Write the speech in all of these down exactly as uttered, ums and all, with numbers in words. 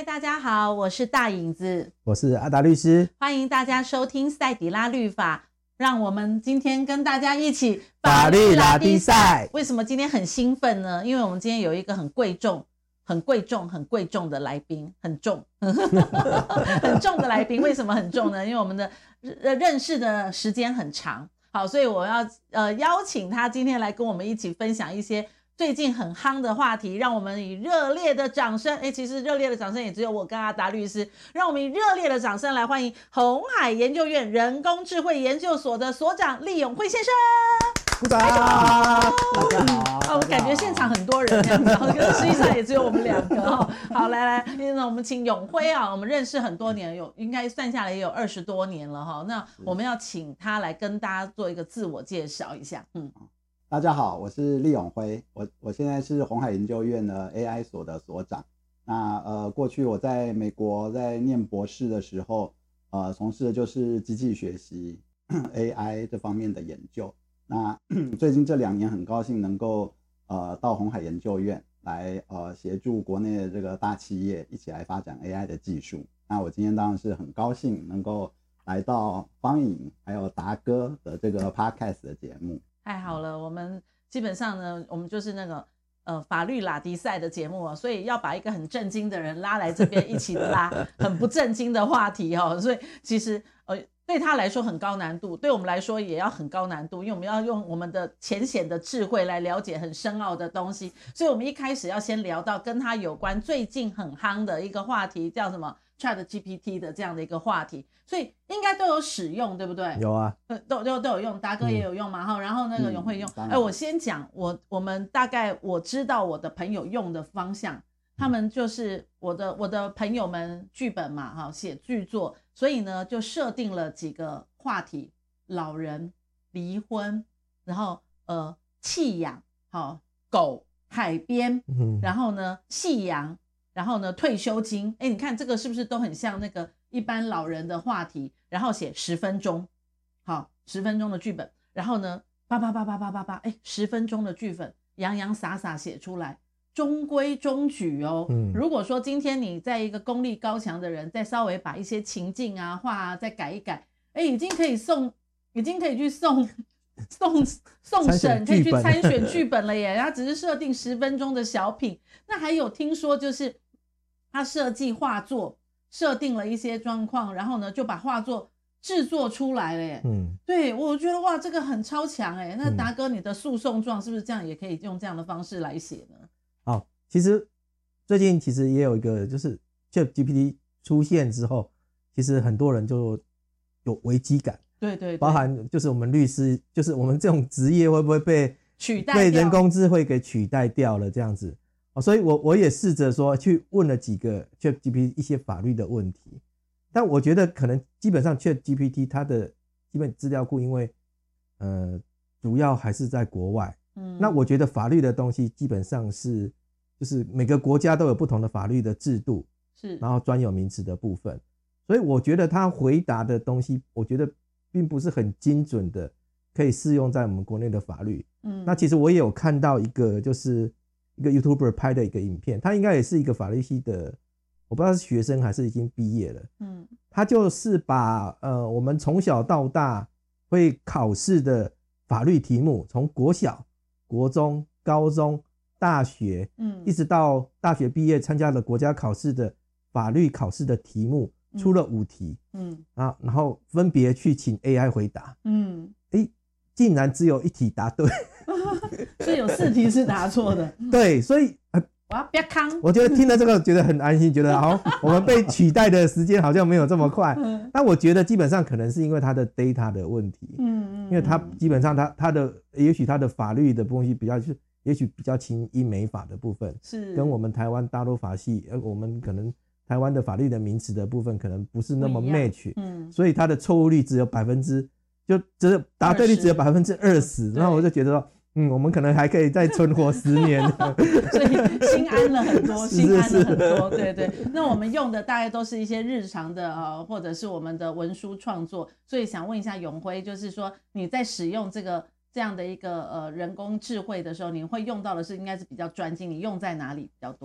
大家好，我是大影子， 我是阿达律师， 欢迎大家收听赛底拉律法。让我们今天跟大家一起法律拉力赛。 为什么今天很兴奋呢？因为我们今天有一个很贵重、很贵重、很贵重的来宾，很重，很重的来宾。为什么很重呢？因为我们的认识的时间很长，好，所以我要呃邀请他今天来跟我们一起分享一些最近很夯的话题，让我们以热烈的掌声，诶，其实热烈的掌声也只有我跟阿达律师，让我们以热烈的掌声来欢迎鸿海研究院人工智慧研究所的所长厉永辉先生。 鼓掌！大家好， 我感觉现场很多人这样子，可是实际上也只有我们两个哦。好，来来，那我们请永辉啊，我们认识很多年，有应该算下来也有二十多年了哈。那我们要请他来跟大家做一个自我介绍一下，嗯。 大家好，我是厉永辉，我我现在是鸿海研究院的 A I 所的所长。那呃，过去我在美国在念博士的时候，呃，从事的就是机器学习 A I 这方面的研究。那最近这两年很高兴能够呃到鸿海研究院来呃协助国内的这个大企业一起来发展 A I 的技术。那我今天当然是很高兴能够来到方颖还有达哥的这个 Podcast 的节目。 太好了，我们基本上呢，我们就是那个呃法律拉迪赛的节目啊，所以要把一个很正经的人拉来这边一起拉很不正经的话题哦，所以其实呃对他来说很高难度，对我们来说也要很高难度，因为我们要用我们的浅显的智慧来了解很深奥的东西，所以我们一开始要先聊到跟他有关最近很夯的一个话题，叫什么 Chat G P T 的这样的一个话题，所以应该都有使用，对不对？ 有啊， 都都都有用，达哥也有用嘛，嗯、然后那个永辉用。哎、嗯，我先讲，我我们大概我知道我的朋友用的方向，他们就是我的我的朋友们剧本嘛，哈，写剧作，所以呢就设定了几个话题：老人、离婚，然后呃弃养，好狗、海边，嗯、然后呢夕阳。然后呢，退休金，哎，你看这个是不是都很像那个一般老人的话题？然后写十分钟，好，十分钟的剧本，然后呢，叭叭叭叭叭叭叭，哎，十分钟的剧本，洋洋洒洒写出来，中规中矩哦。嗯，如果说今天你在一个功力高强的人，再稍微把一些情境啊、话啊再改一改，哎，已经可以送，已经可以去送。送送审可以去参选剧本了耶，他只是设定十分钟的小品。那还有听说就是他设计画作，设定了一些状况，然后呢就把画作制作出来了耶。嗯，对，我觉得哇这个很超强耶。那达哥你的诉讼状是不是这样也可以用这样的方式来写呢？ 好，其实最近其实也有一个就是 Chat G P T 出现之后，其实很多人就有危机感。 对 对, 对， 包含就是我们律师，就是我们这种职业会不会被取代被人工智慧给取代掉了这样子，所以我我也试着说去问了几个 Chat G P T 一些法律的问题，但我觉得可能基本上 Chat G P T 它的基本资料库，因为呃主要还是在国外，嗯，那我觉得法律的东西基本上是就是每个国家都有不同的法律的制度， 是， 然后专有名词的部分，所以我觉得他回答的东西，我觉得并不是很精准的可以适用在我们国内的法律。嗯，那其实我也有看到一个就是一个 YouTuber 拍的一个影片，他应该也是一个法律系的，我不知道是学生还是已经毕业了。嗯，他就是把呃我们从小到大会考试的法律题目，从国小、国中、高中、大学，嗯，一直到大学毕业参加了国家考试的法律考试的题目。出了五题，嗯，啊，然后分别去请 A I 回答，嗯，诶，竟然只有一题答对， 所以有四题是答错的， 对，所以呃， 我要不要康？ 我觉得听了这个觉得很安心，觉得好，我们被取代的时间好像没有这么快，但我觉得基本上可能是因为它的 data 的问题，嗯嗯，因为它基本上它它的也许它的法律的东西比较是，也许比较轻英美法的部分是跟我们台湾大陆法系，呃，我们可能。台湾的法律的名词的部分可能不是那么 match， 嗯，所以它的错误率只有百分之，就只有答对率只有百分之二十，然后我就觉得说，嗯，我们可能还可以再存活十年， 所以心安了很多，心安了很多，对对。那我们用的大概都是一些日常的呃，或者是我们的文书创作，所以想问一下永辉，就是说你在使用这个这样的一个呃人工智慧的时候，你会用到的是应该是比较专精，你用在哪里比较多？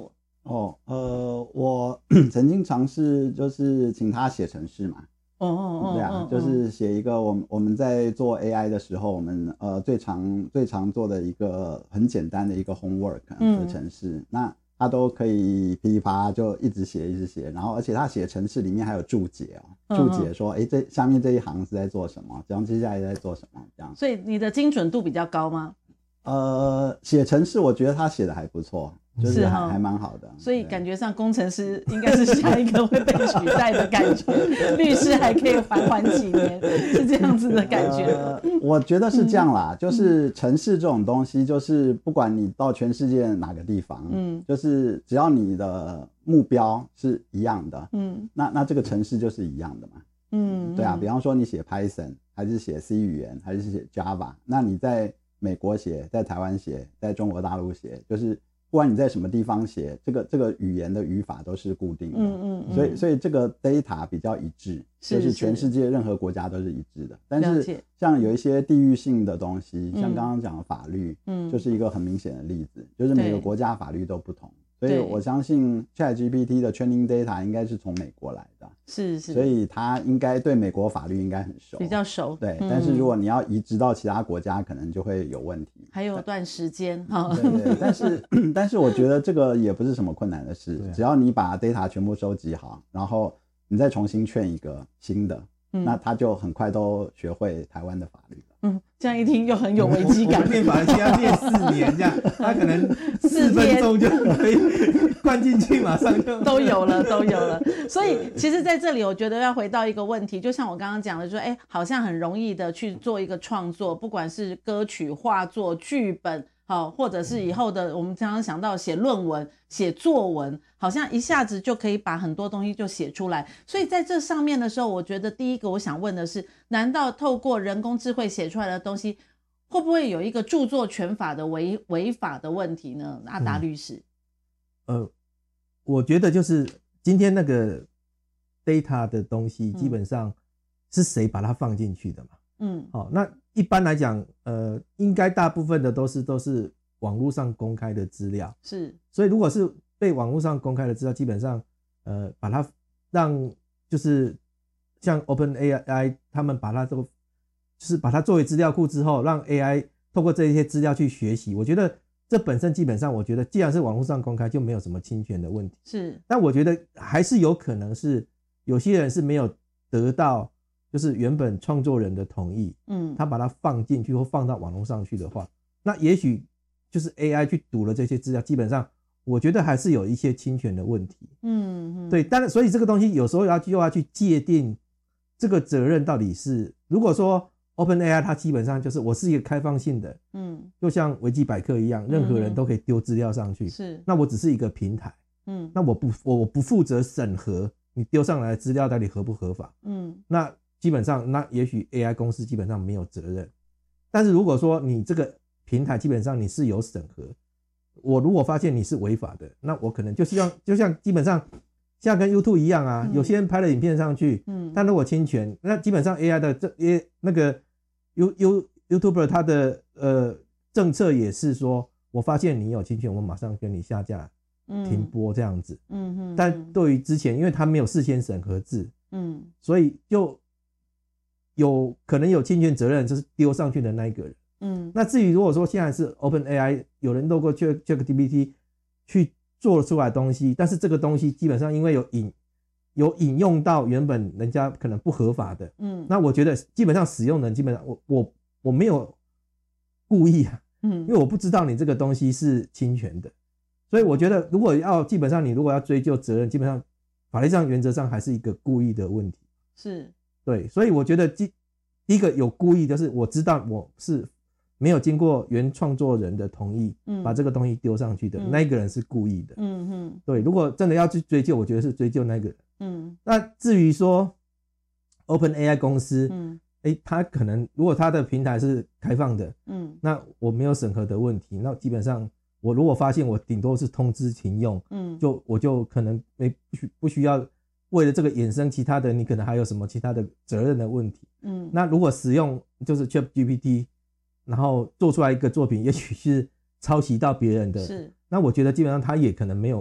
哦，呃，我曾经尝试就是请他写程式嘛。 哦哦哦， 对啊，就是写一个我们我们在做 A I 的时候，我们呃最常最常做的一个很简单的一个 homework 的程式，嗯、那他都可以噼里啪啦就一直写一直写，然后而且他写程式里面还有注解哦，注解说，哎、欸，这下面这一行是在做什么，然后接下来在做什么这样。 所以你的精准度比较高吗？ 呃，写程式我觉得他写的还不错。就是还还蛮好的， 所以感觉上工程师应该是下一个会被取代的感觉，律师还可以缓缓几年，是这样子的感觉、呃。 我觉得是这样啦，嗯、就是程式这种东西，就是不管你到全世界哪个地方，嗯，就是只要你的目标是一样的，嗯，那那这个程式就是一样的嘛，嗯，对啊，比方说你写 Python 还是写 C 语言还是写 Java， 那你在美国写，在台湾写，在中国大陆写，就是不管你在什么地方写，这个这个语言的语法都是固定的，嗯嗯嗯，所以所以这个 data 比较一致，是就是全世界任何国家都是一致的。但是像有一些地域性的东西，像刚刚讲的法律，嗯，就是一个很明显的例子，就是每个国家法律都不同。所以我相信 ChatGPT 的 training data 应该是从美国来的， 是是， 所以他应该对美国法律应该很熟， 比较熟。 对，嗯、但是如果你要移植到其他国家，可能就会有问题， 还有段时间哈。 对对，但是但是我觉得这个也不是什么困难的事，只要你把 data 全部收集好，然后你再重新劝一个新的，嗯、那他就很快都学会台湾的法律了。 嗯，这样一听又很有危机感。 我们念法律系要念四年，这样他可能四分钟就可以灌进去，马上就都有了，都有了。所以其实在这里，我觉得要回到一个问题，就像我刚刚讲的，就是哎、欸，好像很容易的去做一个创作，不管是歌曲、画作、剧本。好，或者是以后的我们常常想到写论文、写作文，好像一下子就可以把很多东西就写出来。所以在这上面的时候，我觉得第一个我想问的是，难道透过人工智慧写出来的东西，会不会有一个著作权法的违违法的问题呢？阿达律师， 嗯、呃，我觉得就是今天那个 data 的东西，基本上是谁把它放进去的嘛？嗯，好，那一般来讲，呃，应该大部分的都是都是网络上公开的资料， 是， 所以如果是被网络上公开的资料，基本上，呃，把它让就是像 OpenAI 他们把它都就是把它作为资料库之后，让 A I 透过这些资料去学习，我觉得这本身基本上，我觉得既然是网络上公开，就没有什么侵权的问题。 是， 但我觉得还是有可能是有些人是没有得到。就是原本创作人的同意，嗯，他把它放进去或放到网络上去的话，那也许就是 A I 去读了这些资料，基本上我觉得还是有一些侵权的问题，嗯，嗯对，当然，所以这个东西有时候要就要去界定这个责任到底是，如果说 OpenAI 它基本上就是我是一个开放性的，嗯，就像维基百科一样，任何人都可以丢资料上去，是、嗯，那我只是一个平台，嗯，那我不我我不负责审核你丢上来的资料到底合不合法，嗯，那。基本上，那也许 A I 公司基本上没有责任，但是如果说你这个平台基本上你是有审核，我如果发现你是违法的，那我可能就希望就像基本上像跟 YouTube 一样啊，嗯、有些人拍了影片上去，嗯，但如果侵权，那基本上 A I 的这也那个 You You YouTuber 他的呃政策也是说，我发现你有侵权，我马上跟你下架、停播这样子，嗯嗯，但对于之前，因为他没有事先审核制，嗯，所以就。有可能有侵权责任，就是丢上去的那一个人。嗯，那至于如果说现在是 OpenAI 有人透过 ChatGPT 去做出来的东西，但是这个东西基本上因为有引有引用到原本人家可能不合法的，嗯，那我觉得基本上使用人基本上我我我没有故意啊，嗯，因为我不知道你这个东西是侵权的，所以我觉得如果要基本上你如果要追究责任，基本上法律上原则上还是一个故意的问题。 是。 对，所以我觉得第一个有故意，就是我知道我是没有经过原创作人的同意，嗯，把这个东西丢上去的，嗯、那一个人是故意的，嗯嗯，对，如果真的要去追究，我觉得是追究那个人，嗯，那至于说 OpenAI 公司，嗯，哎，他可能如果他的平台是开放的，嗯，那我没有审核的问题，那基本上我如果发现我顶多是通知停用，嗯，就我就可能没不需不需要。为了这个衍生其他的，你可能还有什么其他的责任的问题？嗯，那如果使用就是 ChatGPT， 然后做出来一个作品，也许是抄袭到别人的，是，那我觉得基本上他也可能没有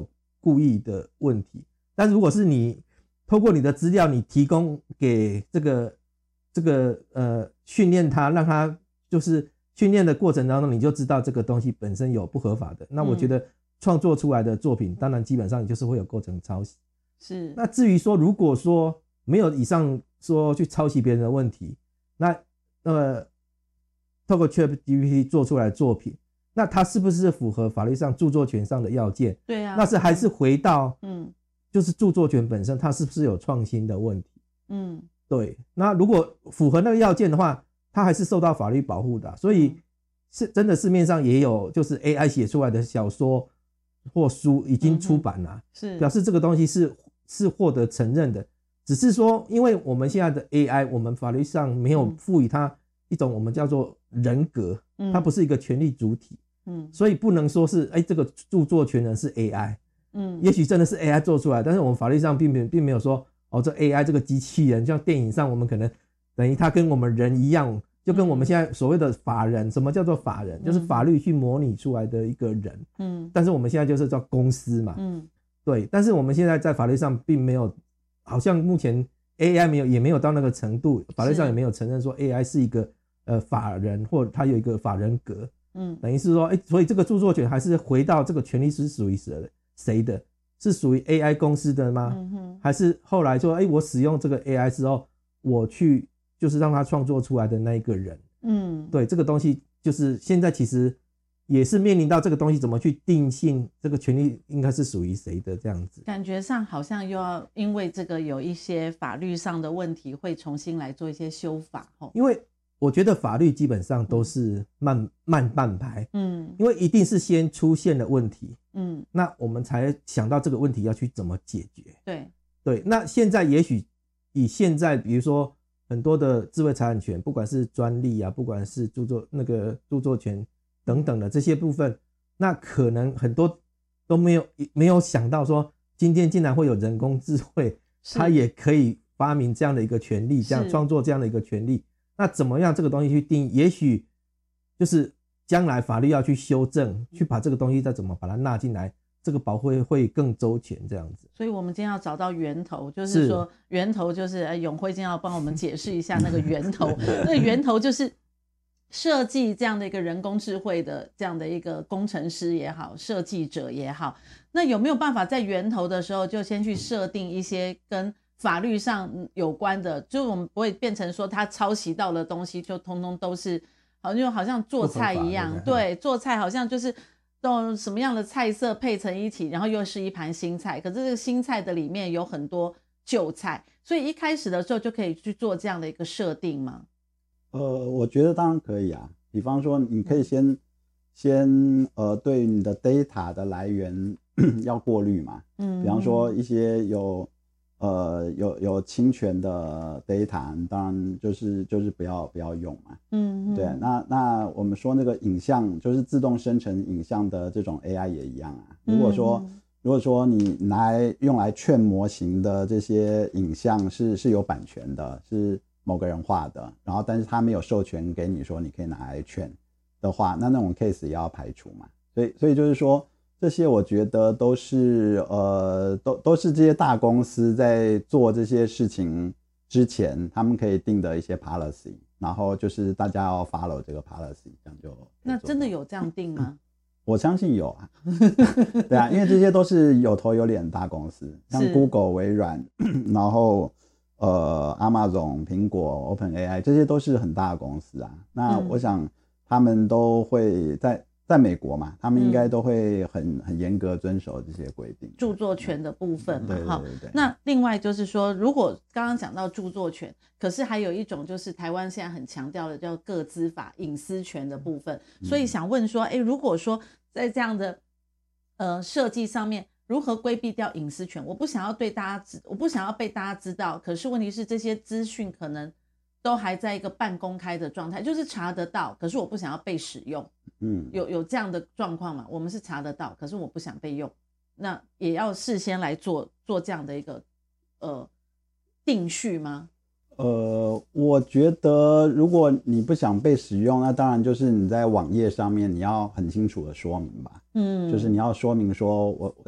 故意的问题。但是如果是你透过你的资料，你提供给这个这个呃训练他，让他就是训练的过程当中，你就知道这个东西本身有不合法的，那我觉得创作出来的作品，当然基本上你就是会有构成抄袭。 是。 那至于说，如果说没有以上说去抄袭别人的问题，那那么透过 ChatGPT 做出来的作品，那它是不是符合法律上著作权上的要件？ 对啊， 那是还是回到嗯， 就是著作权本身，它是不是有创新的问题？ 嗯， 对。那如果符合那个要件的话，它还是受到法律保护的啊。所以是真的市面上也有就是 A I 写出来的小说或书已经出版了，嗯， 是表示这个东西是是获得承认的。只是说，因为我们现在的 A I， 我们法律上没有赋予它一种我们叫做人格，嗯，它不是一个权利主体，嗯，所以不能说是哎，这个著作权人是 A I， 嗯，也许真的是 A I 做出来，但是我们法律上并没并没有说哦，这 A I 这个机器人，像电影上我们可能等于它跟我们人一样，就跟我们现在所谓的法人，嗯，什么叫做法人？就是法律去模拟出来的一个人，嗯，但是我们现在就是叫公司嘛，嗯，对，但是我们现在在法律上并没有。好像目前 A I 没有也没有到那个程度，法律上也没有承认说 A I 是一个呃法人，或者它有一个法人格，嗯，等于是说，哎，所以这个著作权还是回到这个权利是属于谁的？是属于 A I 公司的吗？嗯哼，还是后来说，哎，我使用这个 A I 之后，我去就是让它创作出来的那一个人，嗯，对，这个东西就是现在其实。也是面临到这个东西怎么去定性这个权利应该是属于谁的这样子， 感觉上好像又要因为这个有一些法律上的问题会重新来做一些修法。 因为我觉得法律基本上都是慢、嗯、慢半拍，嗯，因为一定是先出现了问题，嗯，那我们才想到这个问题要去怎么解决。 对对，那现在也许以现在比如说很多的智慧财产权，不管是专利啊，不管是著作那个著作权。等等的这些部分，那可能很多都没有没有想到说，今天竟然会有人工智慧，它也可以发明这样的一个权利，这样创作这样的一个权利。那怎么样这个东西去定义？也许就是将来法律要去修正，去把这个东西再怎么把它纳进来，这个保护会更周全这样子。 所以我们今天要找到源头，就是说源头就是呃永辉今天要帮我们解释一下那个源头，那个源头就是。设计这样的一个人工智慧的这样的一个工程师也好，设计者也好，那有没有办法在源头的时候就先去设定一些跟法律上有关的，就是我们不会变成说他抄袭到的东西就通通都是好像好像做菜一样，对，做菜好像就是都什么样的菜色配成一体，然后又是一盘新菜，可是这个新菜的里面有很多旧菜，所以一开始的时候就可以去做这样的一个设定吗？ 呃，我觉得当然可以啊。比方说，你可以先先呃，对你的 data 的来源要过滤嘛。嗯。比方说一些有呃有有侵权的 data， 当然就是就是不要不要用嘛。嗯。对，那那我们说那个影像，就是自动生成影像的这种 A I 也一样啊。如果说、嗯、如果说你拿来用来劝模型的这些影像是是有版权的，是。某个人画的，然后但是他没有授权给你说你可以拿来劝的话，那那种 case 也要排除嘛。所以所以就是说这些我觉得都是呃都都是这些大公司在做这些事情之前他们可以定的一些 policy， 然后就是大家要 follow 这个 policy， 这样就。 那真的有这样定吗？ 我相信有啊。对啊，因为这些都是有头有脸的大公司，像 Google、微软，然后。呃 Amazon、苹果、OpenAI 这些都是很大的公司啊。那我想他们都会在在美国嘛，他们应该都会很很严格遵守这些规定。 著作权的部分嘛， 哈、嗯。对对对对。 那另外就是说，如果刚刚讲到著作权，可是还有一种就是台湾现在很强调的叫个资法隐私权的部分，嗯、所以想问说，哎，如果说在这样的呃设计上面。如何规避掉隐私权？我不想要对大家知，我不想要被大家知道。可是问题是，这些资讯可能都还在一个半公开的状态，就是查得到，可是我不想要被使用。嗯，有有这样的状况吗？我们是查得到，可是我不想被用，那也要事先来做做这样的一个呃定序吗？ 呃，我觉得如果你不想被使用，那当然就是你在网页上面你要很清楚的说明吧。嗯，就是你要说明说我我。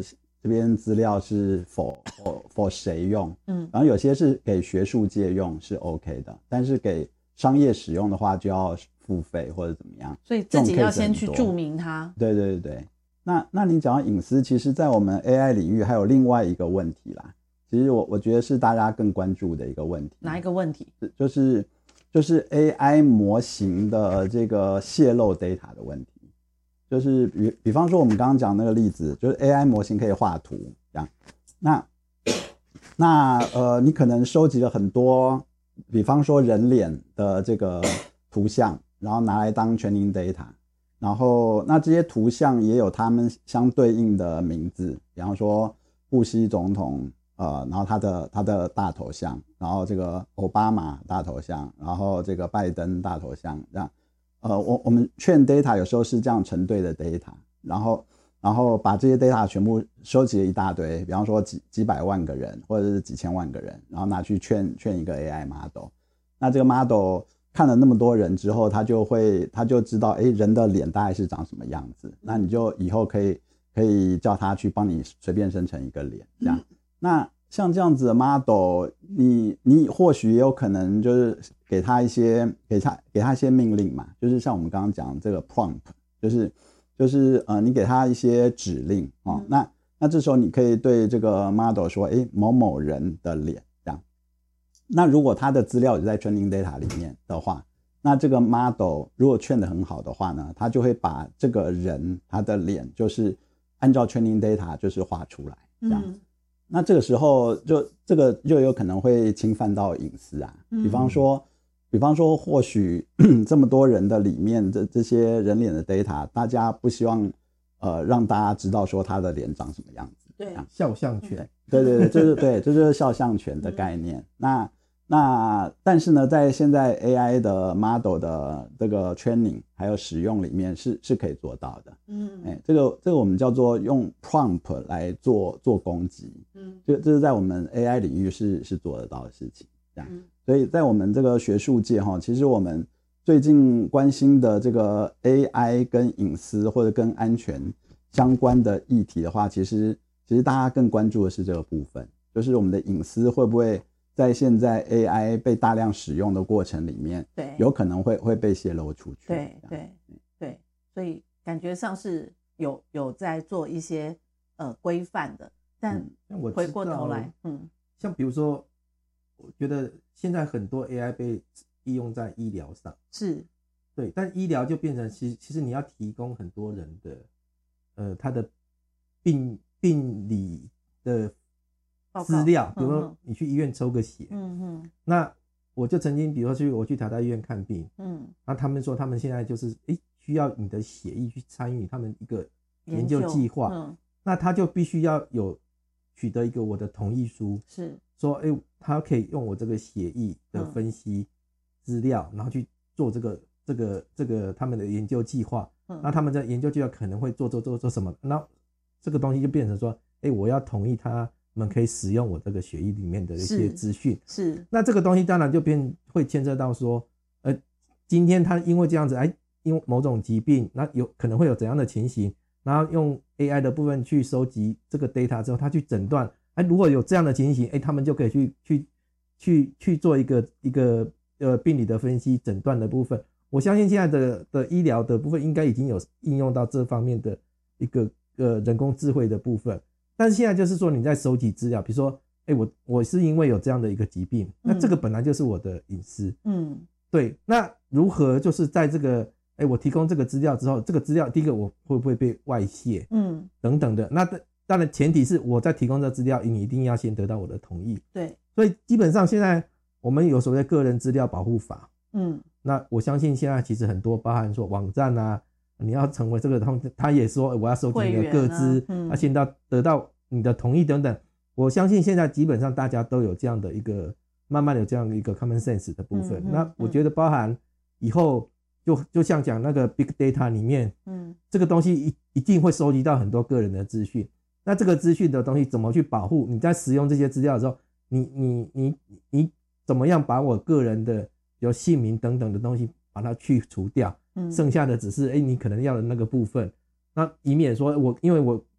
这边资料是 for for for 谁用， 嗯， 然后有些是给学术界用是 OK 的，但是给商业使用的话就要付费或者怎么样， 所以自己要先去注明它。 对对对对，那那你讲到隐私，其实在我们 A I 领域还有另外一个问题啦，其实我我觉得是大家更关注的一个问题。 哪一个问题？ 就是就是 A I 模型的这个泄露 data 的问题。就是比比方说我们刚刚讲那个例子，就是 A I 模型可以画图这样，那那呃你可能收集了很多，比方说人脸的这个图像，然后拿来当 training data， 然后那这些图像也有他们相对应的名字，比方说布希总统，呃，然后他的他的大头像，然后这个奥巴马大头像，然后这个拜登大头像这样。呃，我我们train data 有时候是这样成对的 data， 然后然后把这些 data 全部收集了一大堆，比方说几几百万个人或者是几千万个人，然后拿去train train一个 A I model。那这个 model 看了那么多人之后，他就会他就知道，哎，人的脸大概是长什么样子。那你就以后可以可以叫他去帮你随便生成一个脸，这样。嗯、那像这样子的 model， 你你或许也有可能就是给他一些给他给他一些命令嘛，就是像我们刚刚讲这个 prompt， 就是就是呃你给他一些指令哦，嗯、那那这时候你可以对这个 model 说，哎，某某人的脸这样。那如果他的资料也在 training data 里面的话，那这个 model 如果 train 得很好的话呢，他就会把这个人他的脸就是按照 training data 就是画出来这样。嗯，那这个时候就这个就有可能会侵犯到隐私啊，比方说，比方说或许这么多人的里面这这些人脸的 data， 大家不希望呃让大家知道说他的脸长什么样子， 对， 肖像权， 对对对，就是对，这就是肖像权的概念。那那但是呢，在现在 A I 的 model 的这个 training 还有使用里面是是可以做到的。嗯，哎，这个这个我们叫做用 prompt 来做做攻击。嗯，这这是在我们 A I 领域是是做得到的事情。这样，嗯、所以在我们这个学术界哈，其实我们最近关心的这个 A I 跟隐私或者跟安全相关的议题的话，其实其实大家更关注的是这个部分，就是我们的隐私会不会在现在 A I 被大量使用的过程里面， 对， 有可能会会被泄露出去。 对对对，所以感觉上是有有在做一些呃规范的，但回过头来，嗯， 像比如说，我觉得现在很多 A I 被应用在医疗上， 是， 对，但医疗就变成其实其实你要提供很多人的呃他的病病理的资料，比如说你去医院抽个血，嗯嗯，那我就曾经比如说去我去台大医院看病，嗯，那他们说他们现在就是诶需要你的血液去参与他们一个研究计划，嗯，那他就必须要有取得一个我的同意书， 是说诶他可以用我这个血液的分析资料，嗯，然后去做这个这个这个他们的研究计划，嗯，那他们的研究计划可能会做做做做什么，那这个东西就变成说，诶我要同意他们可以使用我这个血液里面的一些资讯， 是，是， 那这个东西当然就变会牵涉到说，呃，今天他因为这样子，哎，因为某种疾病，那有可能会有怎样的情形，然后用 A I 的部分去收集这个 data 之后，他去诊断，哎，如果有这样的情形，哎，他们就可以去去去去做一个一个呃病理的分析诊断的部分。我相信现在的的医疗的部分应该已经有应用到这方面的一个呃人工智慧的部分。但是现在就是说你在收集资料，比如说，哎，我我是因为有这样的一个疾病，那这个本来就是我的隐私，嗯，对，那如何就是在这个，哎，我提供这个资料之后，这个资料第一个我会不会被外泄，嗯，等等的，那当然前提是我在提供这个资料，你一定要先得到我的同意， 对， 所以基本上现在我们有所谓的个人资料保护法，嗯，那我相信现在其实很多包含说网站啊。你要成为这个，他他也说我要收集你的个资，他、啊嗯、先到得到你的同意等等。我相信现在基本上大家都有这样的一个，慢慢有这样的一个 common sense 的部分。嗯、那我觉得包含以后就就像讲那个 big data 里面，嗯，这个东西一一定会收集到很多个人的资讯。那这个资讯的东西怎么去保护？你在使用这些资料的时候，你你你你怎么样把我个人的有姓名等等的东西把它去除掉？剩下的只是哎，你可能要的那个部分，那以免说我因为我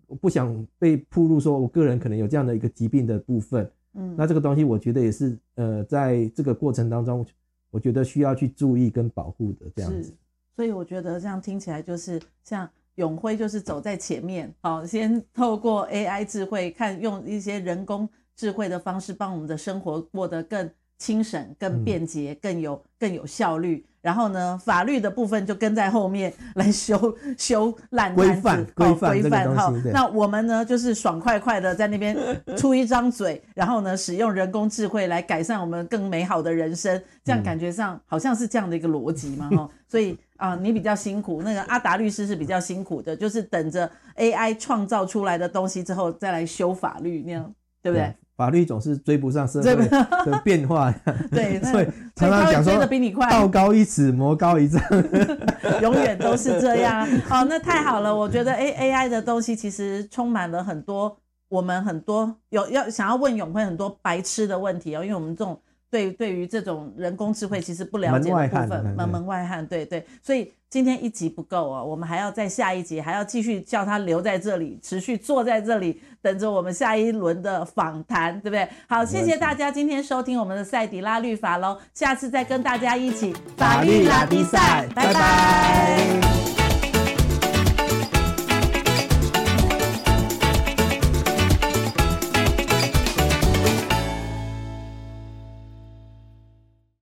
我不想被暴露说我个人可能有这样的一个疾病的部分。嗯，那这个东西我觉得也是呃，在这个过程当中，我觉得需要去注意跟保护的这样子。 所以我觉得这样听起来就是像永辉就是走在前面，好，先透过 A I 智慧，看用一些人工智慧的方式，帮我们的生活过得更轻省、更便捷、嗯、更有更有效率。然后呢，法律的部分就跟在后面来修修烂摊子， 规范规范这个东西。 那我们呢，就是爽快快的在那边出一张嘴，然后呢，使用人工智慧来改善我们更美好的人生。这样感觉上好像是这样的一个逻辑嘛，嗯、所以啊、呃，你比较辛苦，那个阿达律师是比较辛苦的，就是等着 A I 创造出来的东西之后再来修法律，那样对不对？ 法律总是追不上社会的变化， 对， 所以常常讲说道高一尺，魔高一丈， 永远都是这样。哦，那太好了，我觉得 A I 的东西其实充满了很多我们很多有要想要问永辉很多白痴的问题哦，因为我们这种对对于这种人工智慧其实不了解的部分，门门外汉，对对，所以今天一集不够哦，我们还要在下一集还要继续叫他留在这里，持续坐在这里，等着我们下一轮的访谈，对不对？好，谢谢大家今天收听我们的赛底拉律法喽，下次再跟大家一起法律拉力赛，拜拜。